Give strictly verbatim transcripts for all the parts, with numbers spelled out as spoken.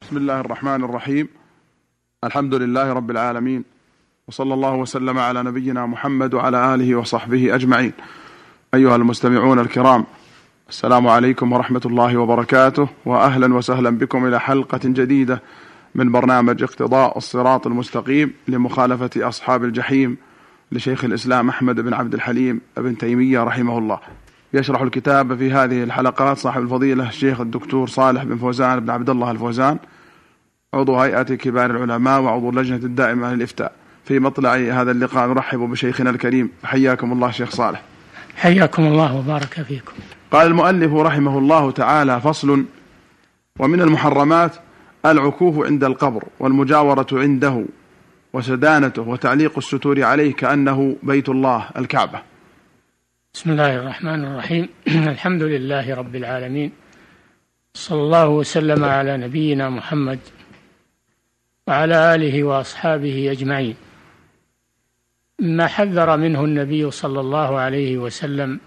بسم الله الرحمن الرحيم. الحمد لله رب العالمين، وصلى الله وسلم على نبينا محمد وعلى آله وصحبه أجمعين. أيها المستمعون الكرام، السلام عليكم ورحمة الله وبركاته، وأهلا وسهلا بكم إلى حلقة جديدة من برنامج اقتضاء الصراط المستقيم لمخالفة أصحاب الجحيم لشيخ الإسلام أحمد بن عبد الحليم بن تيمية رحمه الله. يشرح الكتاب في هذه الحلقات صاحب الفضيلة الشيخ الدكتور صالح بن فوزان بن عبد الله الفوزان، عضو هيئة كبار العلماء وعضو اللجنة الدائمة للإفتاء. في مطلع هذا اللقاء نرحب بشيخنا الكريم، حياكم الله شيخ صالح. حياكم الله وبارك فيكم. قال المؤلف رحمه الله تعالى: فصل: ومن المحرمات العكوف عند القبر والمجاورة عنده وسدانته وتعليق الستور عليه كأنه بيت الله الكعبة. بسم الله الرحمن الرحيم. الحمد لله رب العالمين، صلى الله وسلم على نبينا محمد وعلى آله وأصحابه أجمعين. ما حذر منه النبي صلى الله عليه وسلم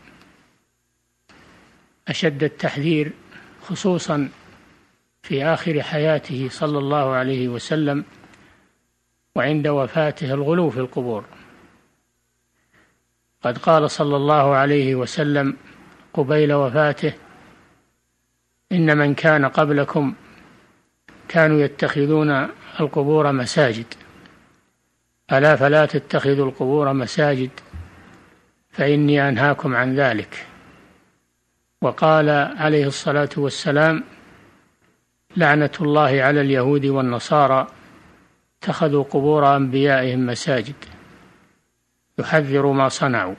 أشد التحذير، خصوصا في آخر حياته صلى الله عليه وسلم وعند وفاته، الغلو في القبور. قد قال صلى الله عليه وسلم قبيل وفاته: إن من كان قبلكم كانوا يتخذون القبور مساجد، ألا فلا تتخذوا القبور مساجد فإني أنهاكم عن ذلك. وقال عليه الصلاة والسلام: لعنة الله على اليهود والنصارى اتخذوا قبور أنبيائهم مساجد، يحذر ما صنعوا.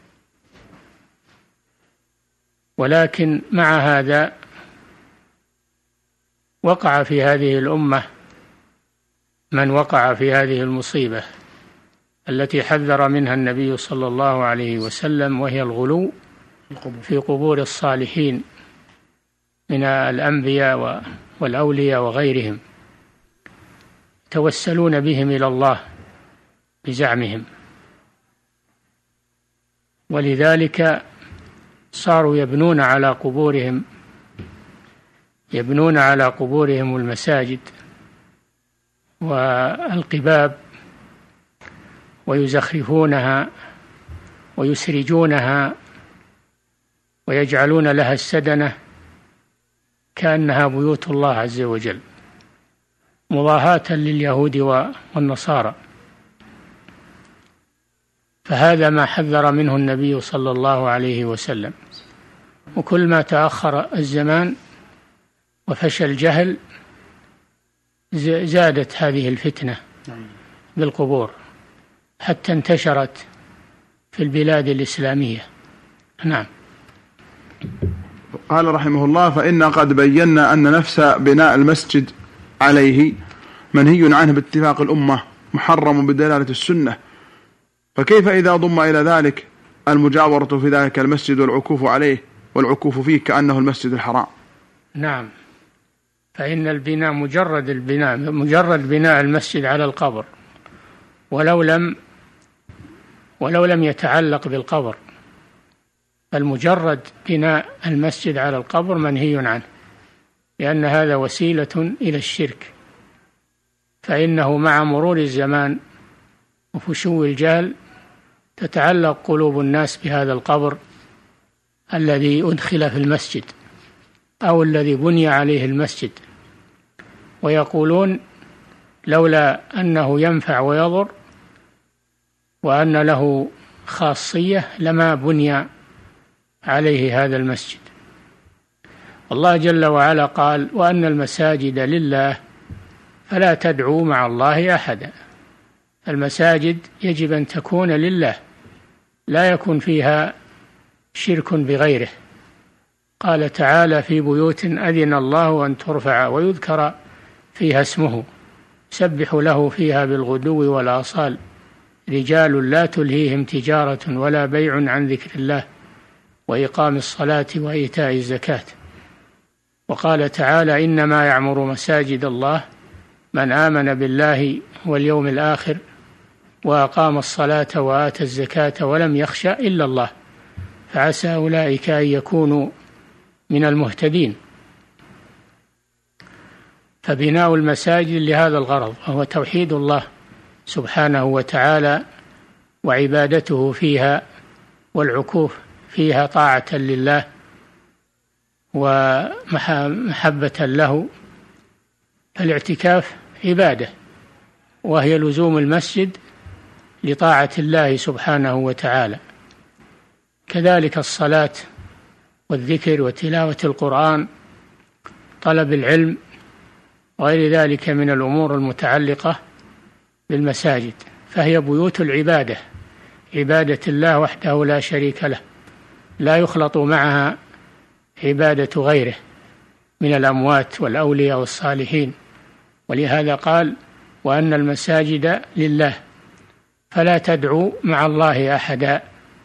ولكن مع هذا وقع في هذه الأمة من وقع في هذه المصيبة التي حذر منها النبي صلى الله عليه وسلم، وهي الغلو في قبور الصالحين من الأنبياء والأولياء وغيرهم، يتوسلون بهم إلى الله بزعمهم. ولذلك صاروا يبنون على قبورهم يبنون على قبورهم المساجد والقباب، ويزخرفونها ويسرجونها ويجعلون لها السدنة كأنها بيوت الله عز وجل، مضاهاة لليهود والنصارى. فهذا ما حذر منه النبي صلى الله عليه وسلم. وكل ما تأخر الزمان وفشى الجهل زادت هذه الفتنة بالقبور حتى انتشرت في البلاد الإسلامية. نعم. قال رحمه الله: فإنا قد بينا أن نفس بناء المسجد عليه منهي عنه باتفاق الأمة، محرم بدلالة السنة، فكيف إذا ضم إلى ذلك المجاورة في ذلك المسجد والعكوف عليه والعكوف فيه كأنه المسجد الحرام؟ نعم، فإن البناء مجرد البناء مجرد بناء المسجد على القبر، ولو لم ولو لم يتعلق بالقبر، فالمجرد بناء المسجد على القبر منهي عنه، لأن هذا وسيلة إلى الشرك. فإنه مع مرور الزمان وفشو الجهل تتعلق قلوب الناس بهذا القبر الذي أدخل في المسجد أو الذي بني عليه المسجد، ويقولون لولا أنه ينفع ويضر وأن له خاصية لما بني عليه هذا المسجد. الله جل وعلا قال: وأن المساجد لله فلا تدعوا مع الله أحدا. المساجد يجب أن تكون لله، لا يكون فيها شرك بغيره. قال تعالى: في بيوت أذن الله أن ترفع ويذكر فيها اسمه يسبح له فيها بالغدو والآصال رجال لا تلهيهم تجارة ولا بيع عن ذكر الله وإقام الصلاة وإيتاء الزكاة. وقال تعالى: إنما يعمر مساجد الله من آمن بالله واليوم الآخر وأقام الصلاة وآتى الزكاة ولم يخش إلا الله فعسى أولئك أن يكونوا من المهتدين. فبناء المساجد لهذا الغرض، وهو توحيد الله سبحانه وتعالى وعبادته فيها والعكوف فيها طاعة لله ومحبة له. الاعتكاف عبادة، وهي لزوم المسجد لطاعة الله سبحانه وتعالى، كذلك الصلاة والذكر وتلاوة القرآن، طلب العلم، وغير ذلك من الأمور المتعلقة بالمساجد، فهي بيوت العبادة، عبادة الله وحده لا شريك له، لا يخلط معها عبادة غيره من الأموات والأولياء والصالحين. ولهذا قال: وأن المساجد لله فلا تدعوا مع الله أحدا.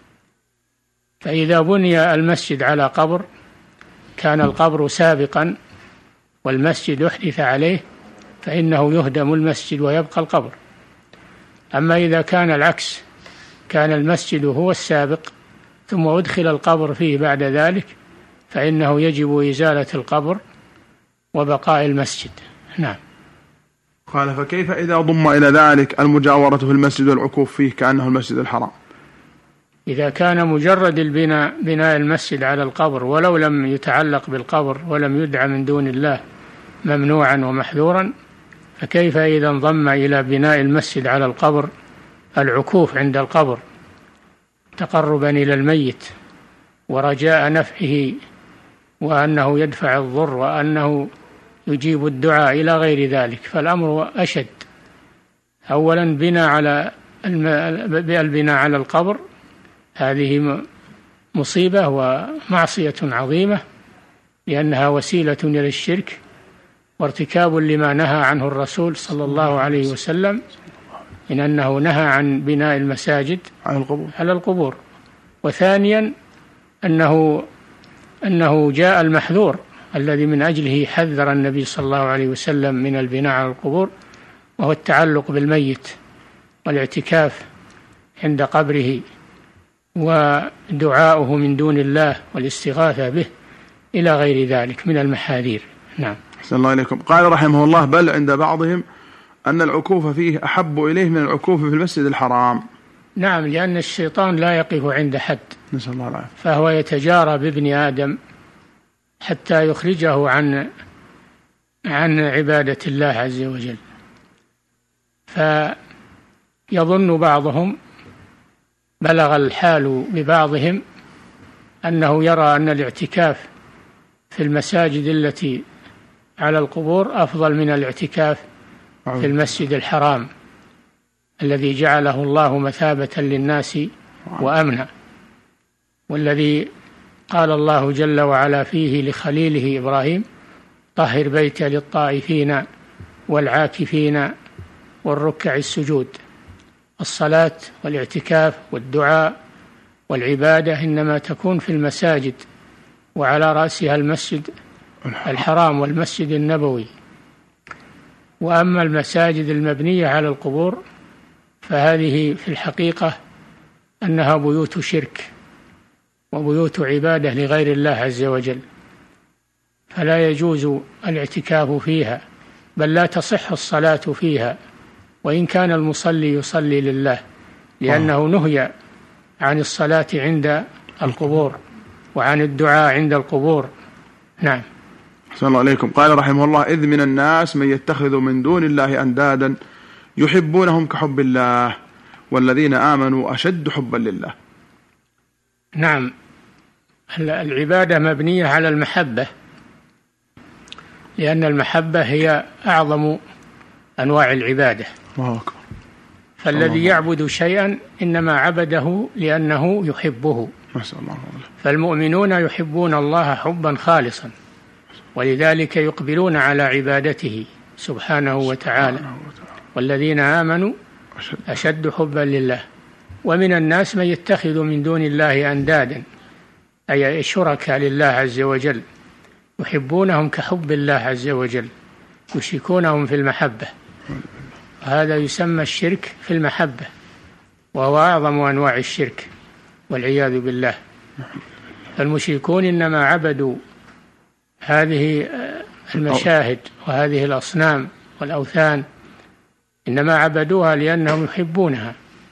فإذا بني المسجد على قبر كان القبر سابقا والمسجد أحدث عليه، فإنه يهدم المسجد ويبقى القبر. أما إذا كان العكس، كان المسجد هو السابق ثم أدخل القبر فيه بعد ذلك، فإنه يجب إزالة القبر وبقاء المسجد. نعم. قال: فكيف إذا ضم إلى ذلك المجاورة في المسجد والعكوف فيه كأنه المسجد الحرام؟ إذا كان مجرد البناء بناء المسجد على القبر ولو لم يتعلق بالقبر ولم يدعى من دون الله ممنوعا ومحذورا، فكيف إذا انضم إلى بناء المسجد على القبر العكوف عند القبر تقربا إلى الميت ورجاء نفعه وأنه يدفع الضر وأنه يجيب الدعاء إلى غير ذلك، فالأمر أشد. أولا بناء على البناء على القبر هذه مصيبة ومعصية عظيمة، لأنها وسيلة إلى الشرك وارتكاب لما نهى عنه الرسول صلى الله عليه وسلم، إن أنه نهى عن بناء المساجد على القبور, على القبور. وثانيا أنه أنه جاء المحذور الذي من أجله حذر النبي صلى الله عليه وسلم من البناء على القبور، وهو التعلق بالميت والاعتكاف عند قبره ودعاؤه من دون الله والاستغاثة به إلى غير ذلك من المحاذير. نعم. أحسن الله إليكم. قال رحمه الله: بل عند بعضهم أن العكوف فيه أحب إليه من العكوف في المسجد الحرام. نعم، لأن الشيطان لا يقف عند حد، نسأل الله العافية، فهو يتجارى بابن آدم حتى يخرجه عن عن عبادة الله عز وجل. فيظن بعضهم، بلغ الحال ببعضهم أنه يرى أن الاعتكاف في المساجد التي على القبور أفضل من الاعتكاف في المسجد الحرام الذي جعله الله مثابة للناس وأمنا، والذي قال الله جل وعلا فيه لخليله إبراهيم: طهر بيتي للطائفين والعاكفين والركع السجود. الصلاة والاعتكاف والدعاء والعبادة إنما تكون في المساجد، وعلى رأسها المسجد الحرام والمسجد النبوي. وأما المساجد المبنية على القبور فهذه في الحقيقة أنها بيوت شرك وبيوت عبادة لغير الله عز وجل، فلا يجوز الاعتكاف فيها، بل لا تصح الصلاة فيها وإن كان المصلي يصلي لله، لأنه نهي عن الصلاة عند القبور وعن الدعاء عند القبور. نعم. أحسن الله عليكم. قال رحمه الله: إذ من الناس من يتخذ من دون الله أندادا يحبونهم كحب الله والذين آمنوا أشد حبا لله. نعم، العبادة مبنية على المحبة، لأن المحبة هي أعظم أنواع العبادة. فالذي يعبد شيئا إنما عبده لأنه يحبه. فالمؤمنون يحبون الله حبا خالصا، ولذلك يقبلون على عبادته سبحانه وتعالى. والذين آمنوا أشد حبا لله. ومن الناس من يتخذ من دون الله أندادا، أي شركاء لله عز وجل، يحبونهم كحب الله عز وجل، يشركونهم في المحبة، هذا يسمى الشرك في المحبة، وهو أعظم أنواع الشرك والعياذ بالله. فالمشركون إنما عبدوا هذه المشاهد وهذه الأصنام والأوثان إنما عبدوها لأنهم يحبونها،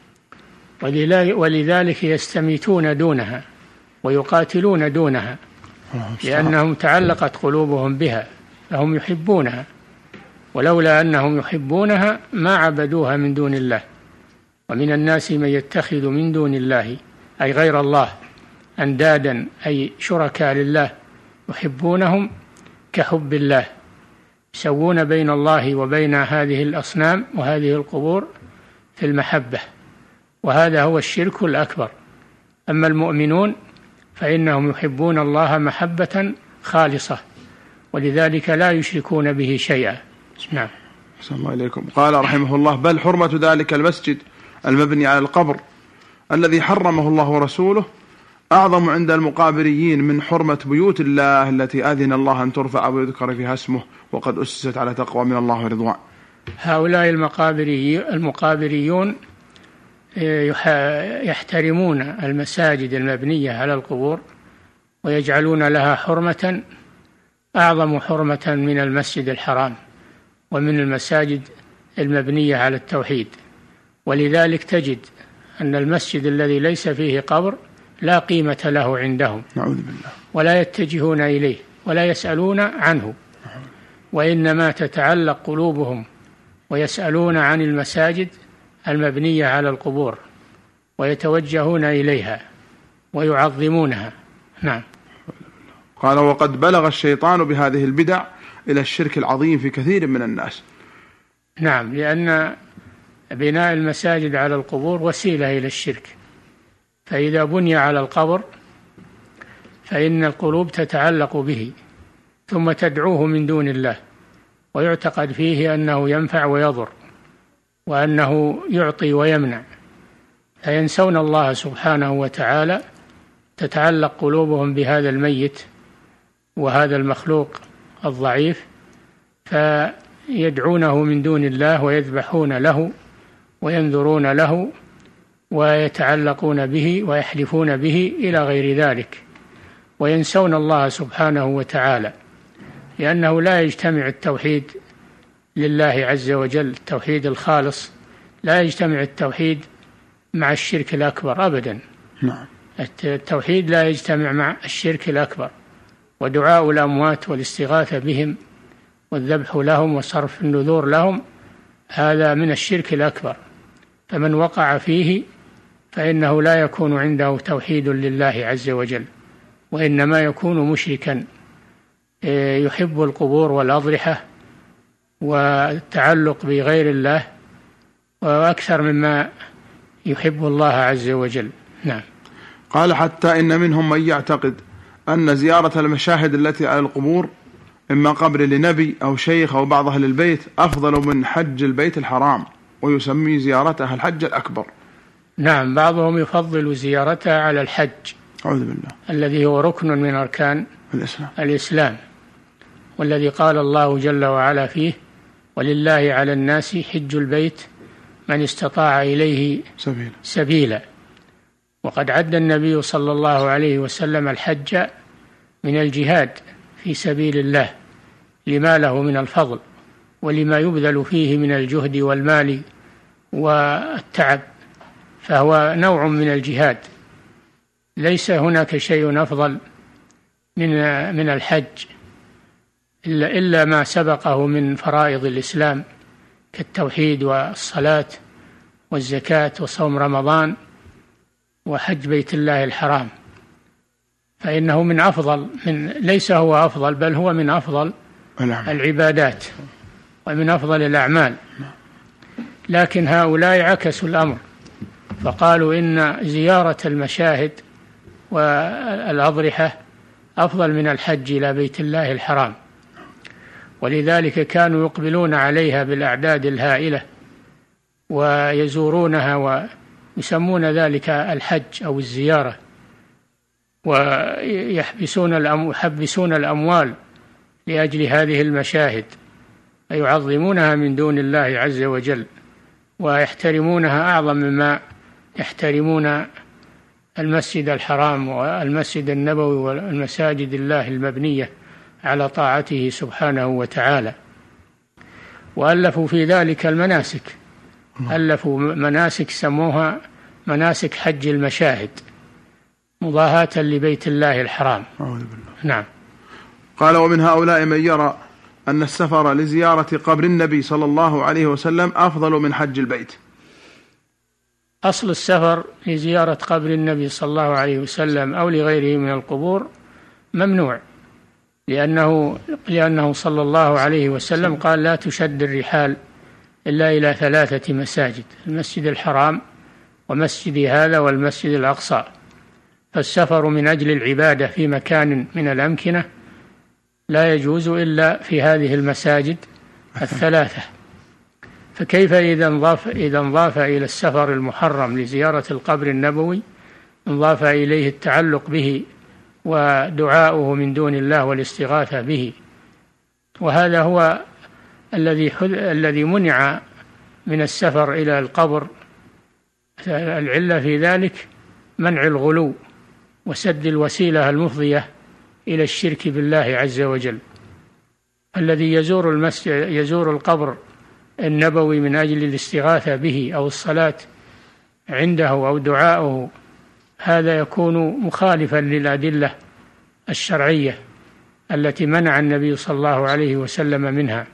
ولذلك يستميتون دونها ويقاتلون دونها، لأنهم تعلقت قلوبهم بها فهم يحبونها، ولولا أنهم يحبونها ما عبدوها من دون الله. ومن الناس من يتخذ من دون الله أي غير الله أندادا أي شركاء لله يحبونهم كحب الله، يسوون بين الله وبين هذه الأصنام وهذه القبور في المحبة، وهذا هو الشرك الأكبر. أما المؤمنون فإنهم يحبون الله محبة خالصة، ولذلك لا يشركون به شيئا. نعم. أحسن الله إليكم. قال رحمه الله: بل حرمة ذلك المسجد المبني على القبر الذي حرمه الله ورسوله أعظم عند المقابريين من حرمة بيوت الله التي أذن الله أن ترفع ويذكر فيها اسمه وقد أسست على تقوى من الله ورضوان. هؤلاء المقابري المقابريون يحترمون المساجد المبنية على القبور ويجعلون لها حرمة أعظم حرمة من المسجد الحرام ومن المساجد المبنية على التوحيد. ولذلك تجد أن المسجد الذي ليس فيه قبر لا قيمة له عندهم، نعوذ بالله، ولا يتجهون إليه ولا يسألون عنه، وإنما تتعلق قلوبهم ويسألون عن المساجد المبنية على القبور ويتوجهون إليها ويعظمونها. نعم. قال: وقد بلغ الشيطان بهذه البدع إلى الشرك العظيم في كثير من الناس. نعم، لأن بناء المساجد على القبور وسيلة إلى الشرك، فإذا بني على القبر فإن القلوب تتعلق به ثم تدعوه من دون الله، ويعتقد فيه أنه ينفع ويضر وأنه يعطي ويمنع، فينسون الله سبحانه وتعالى، تتعلق قلوبهم بهذا الميت وهذا المخلوق الضعيف، فيدعونه من دون الله ويذبحون له وينذرون له ويتعلقون به ويحلفون به إلى غير ذلك، وينسون الله سبحانه وتعالى، لأنه لا يجتمع التوحيد لله عز وجل، التوحيد الخالص لا يجتمع التوحيد مع الشرك الأكبر أبدا. نعم. التوحيد لا يجتمع مع الشرك الأكبر، ودعاء الأموات والاستغاثة بهم والذبح لهم وصرف النذور لهم هذا من الشرك الأكبر، فمن وقع فيه فإنه لا يكون عنده توحيد لله عز وجل، وإنما يكون مشركا يحب القبور والأضرحة والتعلق بغير الله وأكثر مما يحب الله عز وجل. نعم. قال: حتى إن منهم من يعتقد أن زيارة المشاهد التي على القبور إما قبر لنبي أو شيخ أو بعض أهل البيت أفضل من حج البيت الحرام، ويسمي زيارتها الحج الأكبر. نعم، بعضهم يفضل زيارتها على الحج، أعوذ بالله، الذي هو ركن من أركان الإسلام, الإسلام والذي قال الله جل وعلا فيه: ولله على الناس حج البيت من استطاع إليه سبيلا, سبيلا. وقد عد النبي صلى الله عليه وسلم الحج من الجهاد في سبيل الله لما له من الفضل ولما يبذل فيه من الجهد والمال والتعب، فهو نوع من الجهاد، ليس هناك شيء أفضل من من الحج إلا إلا ما سبقه من فرائض الإسلام كالتوحيد والصلاة والزكاة وصوم رمضان وحج بيت الله الحرام، فإنه من أفضل من ليس هو أفضل بل هو من أفضل العبادات ومن أفضل الأعمال. لكن هؤلاء عكسوا الأمر فقالوا إن زيارة المشاهد والأضرحة أفضل من الحج إلى بيت الله الحرام، ولذلك كانوا يقبلون عليها بالأعداد الهائلة ويزورونها ويسمون ذلك الحج أو الزيارة، ويحبسون يحبسون الأموال لأجل هذه المشاهد، فيعظمونها من دون الله عز وجل ويحترمونها أعظم مما يحترمون المسجد الحرام والمسجد النبوي والمساجد الله المبنية على طاعته سبحانه وتعالى. وألفوا في ذلك المناسك، ألفوا مناسك سموها مناسك حج المشاهد مضاهاة لبيت الله الحرام. نعم. قال: ومن هؤلاء من يرى أن السفر لزيارة قبر النبي صلى الله عليه وسلم أفضل من حج البيت. أصل السفر لزيارة قبر النبي صلى الله عليه وسلم أو لغيره من القبور ممنوع، لأنه لأنه صلى الله عليه وسلم قال: لا تشد الرحال إلا إلى ثلاثة مساجد: المسجد الحرام ومسجد هذا والمسجد الأقصى. فالسفر من أجل العبادة في مكان من الأمكنة لا يجوز إلا في هذه المساجد الثلاثة. فكيف إذا انضاف إذا انضاف إلى السفر المحرم لزيارة القبر النبوي انضاف إليه التعلق به ودعاؤه من دون الله والاستغاثة به؟ وهذا هو الذي الذي منع من السفر إلى القبر. العلة في ذلك منع الغلو وسد الوسيلة المفضية إلى الشرك بالله عز وجل. الذي يزور المسجد يزور القبر النبوي من أجل الاستغاثة به أو الصلاة عنده أو دعاؤه، هذا يكون مخالفا للأدلة الشرعية التي منع النبي صلى الله عليه وسلم منها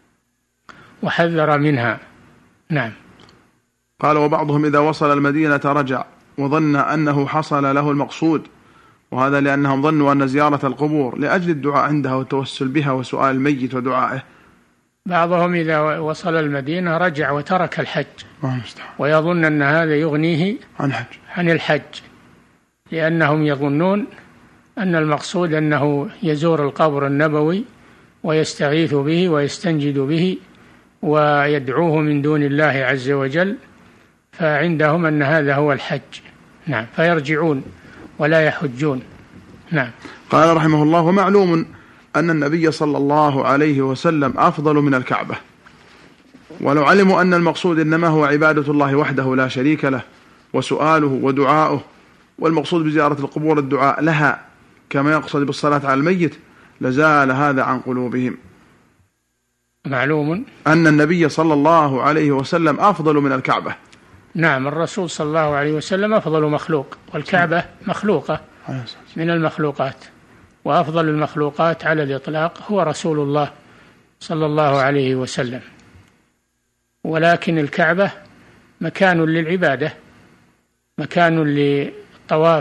وحذر منها. نعم. قال: وبعضهم إذا وصل المدينة رجع وظن أنه حصل له المقصود، وهذا لأنهم ظنوا أن زيارة القبور لأجل الدعاء عندها والتوسل بها وسؤال الميت ودعائه. بعضهم إذا وصل المدينة رجع وترك الحج ويظن أن هذا يغنيه عن حج عن الحج، لأنهم يظنون أن المقصود أنه يزور القبر النبوي ويستغيث به ويستنجد به ويدعوه من دون الله عز وجل، فعندهم أن هذا هو الحج. نعم. فيرجعون ولا يحجون. نعم. قال رحمه الله: ومعلوم أن النبي صلى الله عليه وسلم أفضل من الكعبة، ولو علموا أن المقصود إنما هو عبادة الله وحده لا شريك له وسؤاله ودعاؤه، والمقصود بزيارة القبور الدعاء لها كما يقصد بالصلاة على الميت، لزال هذا عن قلوبهم. معلوم أن النبي صلى الله عليه وسلم أفضل من الكعبة. نعم. الرسول صلى الله عليه وسلم أفضل مخلوق، والكعبة مخلوقة من المخلوقات، وأفضل المخلوقات على الإطلاق هو رسول الله صلى الله عليه وسلم. ولكن الكعبة مكان للعبادة، مكان للطواف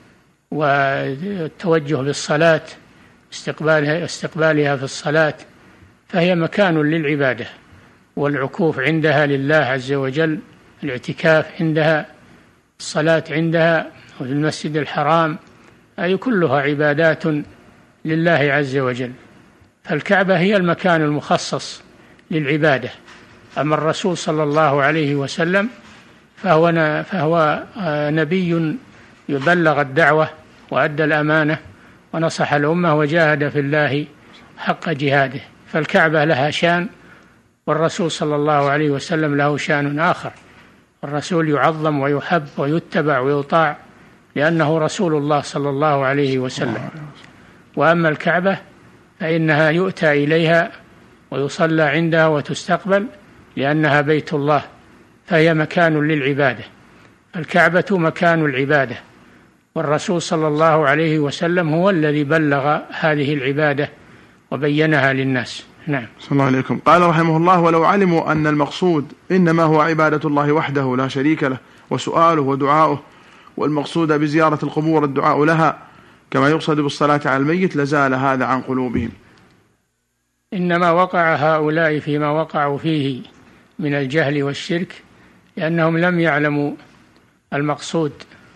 والتوجه بالصلاة، استقبالها استقبالها في الصلاة، فهي مكان للعبادة والعكوف عندها لله عز وجل، الاعتكاف عندها، الصلاة عندها، وفي المسجد الحرام، أي كلها عبادات لله عز وجل. فالكعبة هي المكان المخصص للعبادة. أما الرسول صلى الله عليه وسلم فهو, فهو نبي يبلغ الدعوة وأدى الأمانة ونصح الأمة وجاهد في الله حق جهاده، فالكعبة لها شان، والرسول صلى الله عليه وسلم له شان آخر. الرسول يعظم ويحب ويتبع ويطاع لأنه رسول الله صلى الله عليه وسلم. وأما الكعبة فإنها يؤتى إليها ويصلى عندها وتستقبل لأنها بيت الله، فهي مكان للعبادة. الكعبة مكان العبادة، والرسول صلى الله عليه وسلم هو الذي بلغ هذه العبادة وبينها للناس. نعم. صلى الله عليكم. قال رحمه الله: ولو علموا أن المقصود إنما هو عبادة الله وحده لا شريك له وسؤاله ودعاؤه، والمقصود بزيارة القبور الدعاء لها كما يقصد بالصلاة على الميت، لزال هذا عن قلوبهم. إنما وقع هؤلاء فيما وقعوا فيه من الجهل والشرك لأنهم لم يعلموا المقصود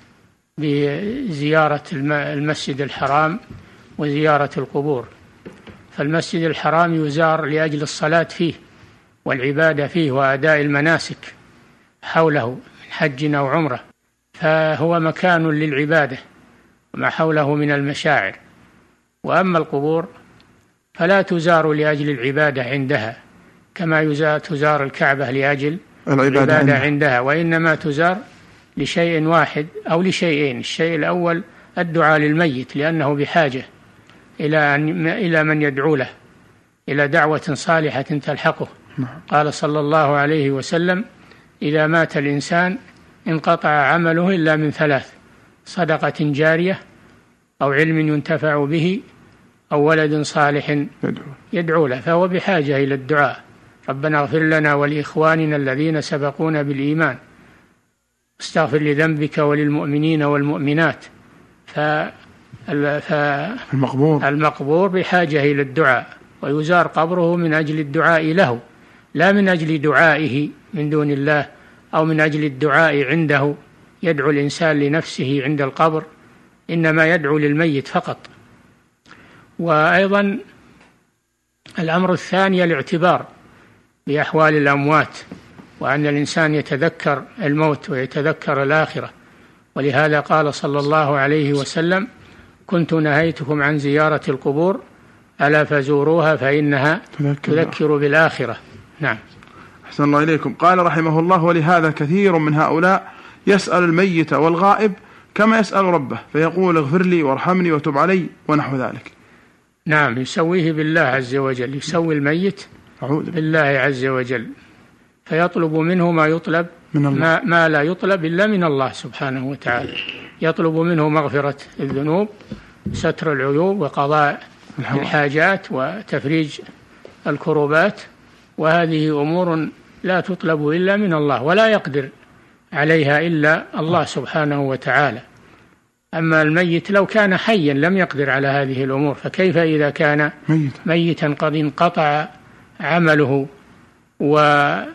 بزيارة المسجد الحرام وزيارة القبور. فالمسجد الحرام يزار لأجل الصلاة فيه والعبادة فيه وأداء المناسك حوله من حج أو عمرة، فهو مكان للعبادة وما حوله من المشاعر. وأما القبور فلا تزار لأجل العبادة عندها كما تزار الكعبة لأجل العبادة عندها. عندها وإنما تزار لشيء واحد أو لشيئين: الشيء الأول الدعاء للميت لأنه بحاجة إلى إلى من يدعو له، إلى دعوة صالحة تلحقه. قال صلى الله عليه وسلم: إذا مات الإنسان انقطع عمله إلا من ثلاث: صدقة جارية، أو علم ينتفع به، أو ولد صالح يدعو له. فهو بحاجة إلى الدعاء: ربنا اغفر لنا ولإخواننا الذين سبقونا بالإيمان، استغفر لذنبك وللمؤمنين والمؤمنات. فالمقبور المقبور بحاجة إلى الدعاء، ويزار قبره من أجل الدعاء له، لا من أجل دعائه من دون الله، أو من أجل الدعاء عنده يدعو الإنسان لنفسه عند القبر، إنما يدعو للميت فقط. وأيضا الأمر الثاني الاعتبار بأحوال الأموات، وأن الإنسان يتذكر الموت ويتذكر الآخرة. ولهذا قال صلى الله عليه وسلم: كنت نهيتكم عن زيارة القبور ألا فزوروها فإنها تذكر بالآخرة. نعم. أحسن الله إليكم. قال رحمه الله: ولهذا كثير من هؤلاء يسأل الميت والغائب كما يسأل ربه، فيقول: اغفر لي وارحمني وتب علي ونحو ذلك. نعم، يسويه بالله عز وجل، يسوي الميت بالله عز وجل، فيطلب منه ما يطلب من الله. ما, ما لا يطلب إلا من الله سبحانه وتعالى. يطلب منه مغفرة الذنوب، ستر العيوب، وقضاء الحاجات، وتفريج الكروبات، وهذه أمور لا تطلب إلا من الله، ولا يقدر عليها إلا الله سبحانه وتعالى. أما الميت لو كان حيا لم يقدر على هذه الأمور، فكيف إذا كان ميتا قد انقطع عمله وبقي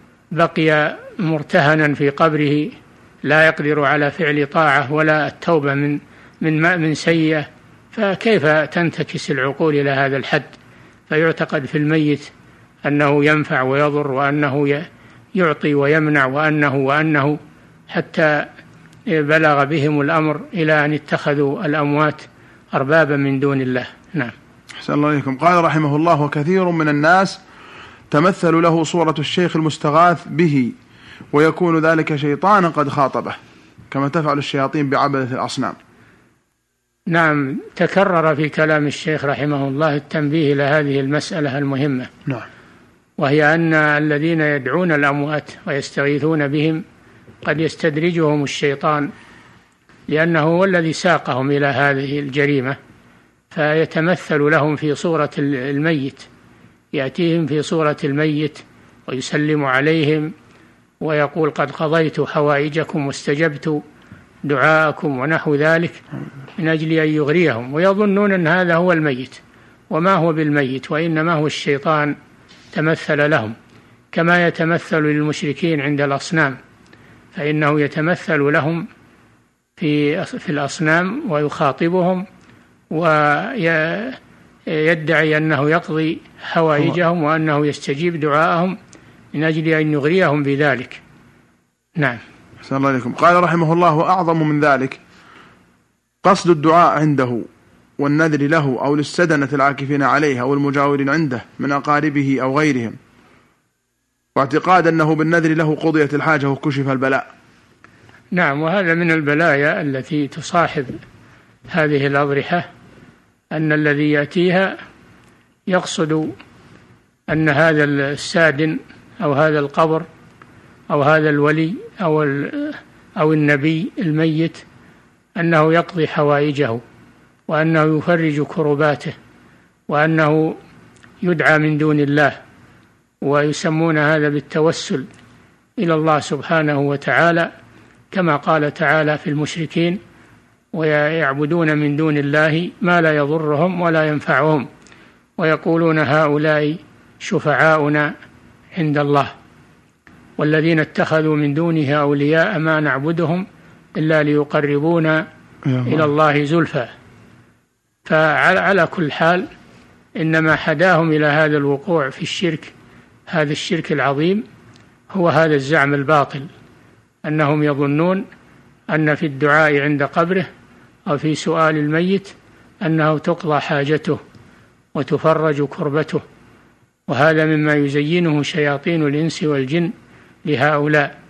مرتهنا في قبره، لا يقدر على فعل طاعة ولا التوبة من من من سيئة، فكيف تنتكس العقول إلى هذا الحد؟ فيعتقد في الميت أنه ينفع ويضر، وأنه يعطي ويمنع، وأنه وأنه حتى بلغ بهم الأمر إلى أن اتخذوا الأموات أربابا من دون الله. نعم. أحسن الله إليكم. قال رحمه الله: وكثير من الناس تمثل له صورة الشيخ المستغاث به، ويكون ذلك شيطانا قد خاطبه، كما تفعل الشياطين بعبدة الأصنام. نعم، تكرر في كلام الشيخ رحمه الله التنبيه إلى هذه المسألة المهمة. نعم. وهي أن الذين يدعون الأموات ويستغيثون بهم قد يستدرجهم الشيطان، لأنه هو الذي ساقهم إلى هذه الجريمة، فيتمثل لهم في صورة الميت، يأتيهم في صورة الميت ويسلم عليهم ويقول: قد قضيت حوائجكم واستجبت دعاءكم ونحو ذلك، من أجل أن يغريهم، ويظنون أن هذا هو الميت، وما هو بالميت، وإنما هو الشيطان تمثل لهم، كما يتمثل للمشركين عند الأصنام، فإنه يتمثل لهم في في الأصنام ويخاطبهم ويدعي أنه يقضي حوائجهم وأنه يستجيب دعاءهم من أجل أن يغريهم بذلك. نعم. أحسن الله عليكم. قال رحمه الله: وأعظم من ذلك قصد الدعاء عنده والنذر له أو للسدنة العاكفين عليه أو المجاورين عنده من أقاربه أو غيرهم، واعتقاد أنه بالنذر له قضيت الحاجة وكشف البلاء. نعم، وهذا من البلايا التي تصاحب هذه الأضرحة، أن الذي يأتيها يقصد أن هذا السادن أو هذا القبر أو هذا الولي أو أو النبي الميت أنه يقضي حوائجه، وأنه يفرج كرباته، وأنه يدعى من دون الله، ويسمون هذا بالتوسل إلى الله سبحانه وتعالى، كما قال تعالى في المشركين: ويعبدون من دون الله ما لا يضرهم ولا ينفعهم ويقولون هؤلاء شفعاؤنا عند الله والذين اتخذوا من دونه أولياء ما نعبدهم إلا ليقربونا إلى الله زلفى. فعلى كل حال إنما حداهم إلى هذا الوقوع في الشرك، هذا الشرك العظيم، هو هذا الزعم الباطل، أنهم يظنون أن في الدعاء عند قبره أو في سؤال الميت أنه تقضى حاجته وتفرج كربته، وهذا مما يزينه شياطين الإنس والجن لهؤلاء.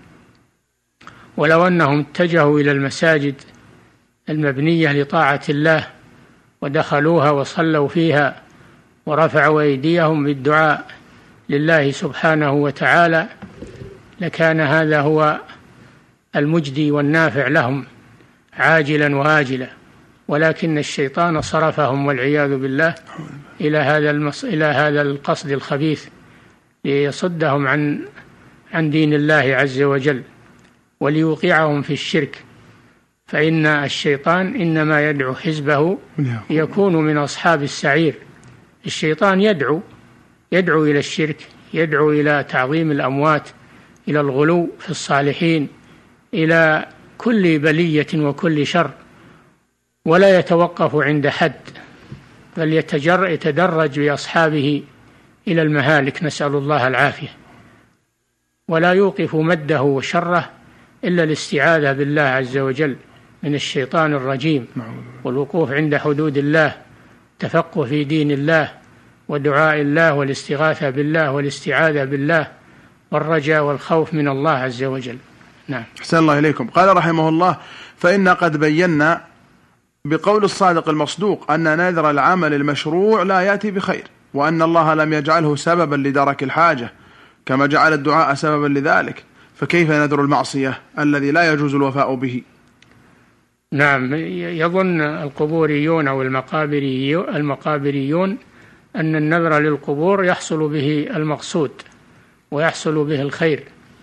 ولو أنهم اتجهوا إلى المساجد المبنية لطاعة الله ودخلوها وصلوا فيها ورفعوا أيديهم بالدعاء لله سبحانه وتعالى لكان هذا هو المجدي والنافع لهم عاجلا وآجلا، ولكن الشيطان صرفهم والعياذ بالله إلى هذا المص... إلى هذا القصد الخبيث ليصدهم عن عن دين الله عز وجل وليوقعهم في الشرك، فإن الشيطان إنما يدعو حزبه يكون من أصحاب السعير. الشيطان يدعو يدعو إلى الشرك، يدعو إلى تعظيم الأموات، إلى الغلو في الصالحين، إلى كل بلية وكل شر، ولا يتوقف عند حد، بل يتدرج بأصحابه إلى المهالك، نسأل الله العافية، ولا يوقف مده وشره إلا الاستعاذة بالله عز وجل من الشيطان الرجيم، والوقوف عند حدود الله، تفقه في دين الله ودعاء الله والاستغاثة بالله والاستعاذة بالله والرجاء والخوف من الله عز وجل. نعم. أحسن الله إليكم. قال رحمه الله: فإن قد بينا بقول الصادق المصدوق أن نذر العمل المشروع لا يأتي بخير، وأن الله لم يجعله سببا لدرك الحاجة كما جعل الدعاء سببا لذلك، فكيف نذر المعصية الذي لا يجوز الوفاء به؟ نعم. يظن القبوريون أو المقابريون أن النذر للقبور يحصل به المقصود ويحصل به الخير،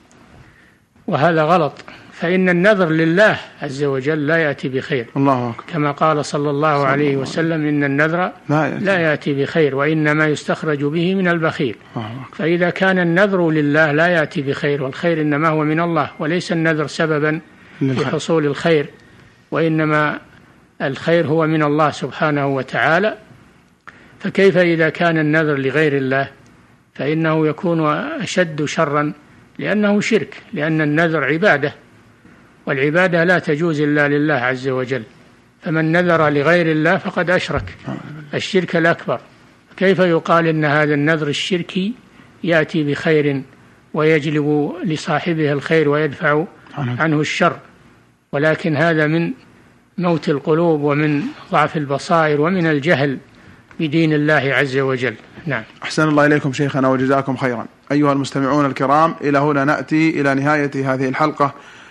وهذا غلط، فإن النذر لله عز وجل لا يأتي بخير. الله أكبر. كما قال صلى الله عليه وسلم: إن النذر لا يأتي, لا يأتي بخير وإنما يستخرج به من البخيل. فإذا كان النذر لله لا يأتي بخير، والخير إنما هو من الله، وليس النذر سببا لحصول الخير، وإنما الخير هو من الله سبحانه وتعالى، فكيف إذا كان النذر لغير الله؟ فإنه يكون أشد شرا، لأنه شرك، لأن النذر عبادة، والعبادة لا تجوز إلا لله عز وجل، فمن نذر لغير الله فقد أشرك الشرك الأكبر. كيف يقال إن هذا النذر الشركي يأتي بخير ويجلب لصاحبه الخير ويدفع عنه الشر؟ ولكن هذا من موت القلوب ومن ضعف البصائر ومن الجهل بدين الله عز وجل. نعم. أحسن الله إليكم شيخنا وجزاكم خيرا. أيها المستمعون الكرام، إلى هنا نأتي إلى نهاية هذه الحلقة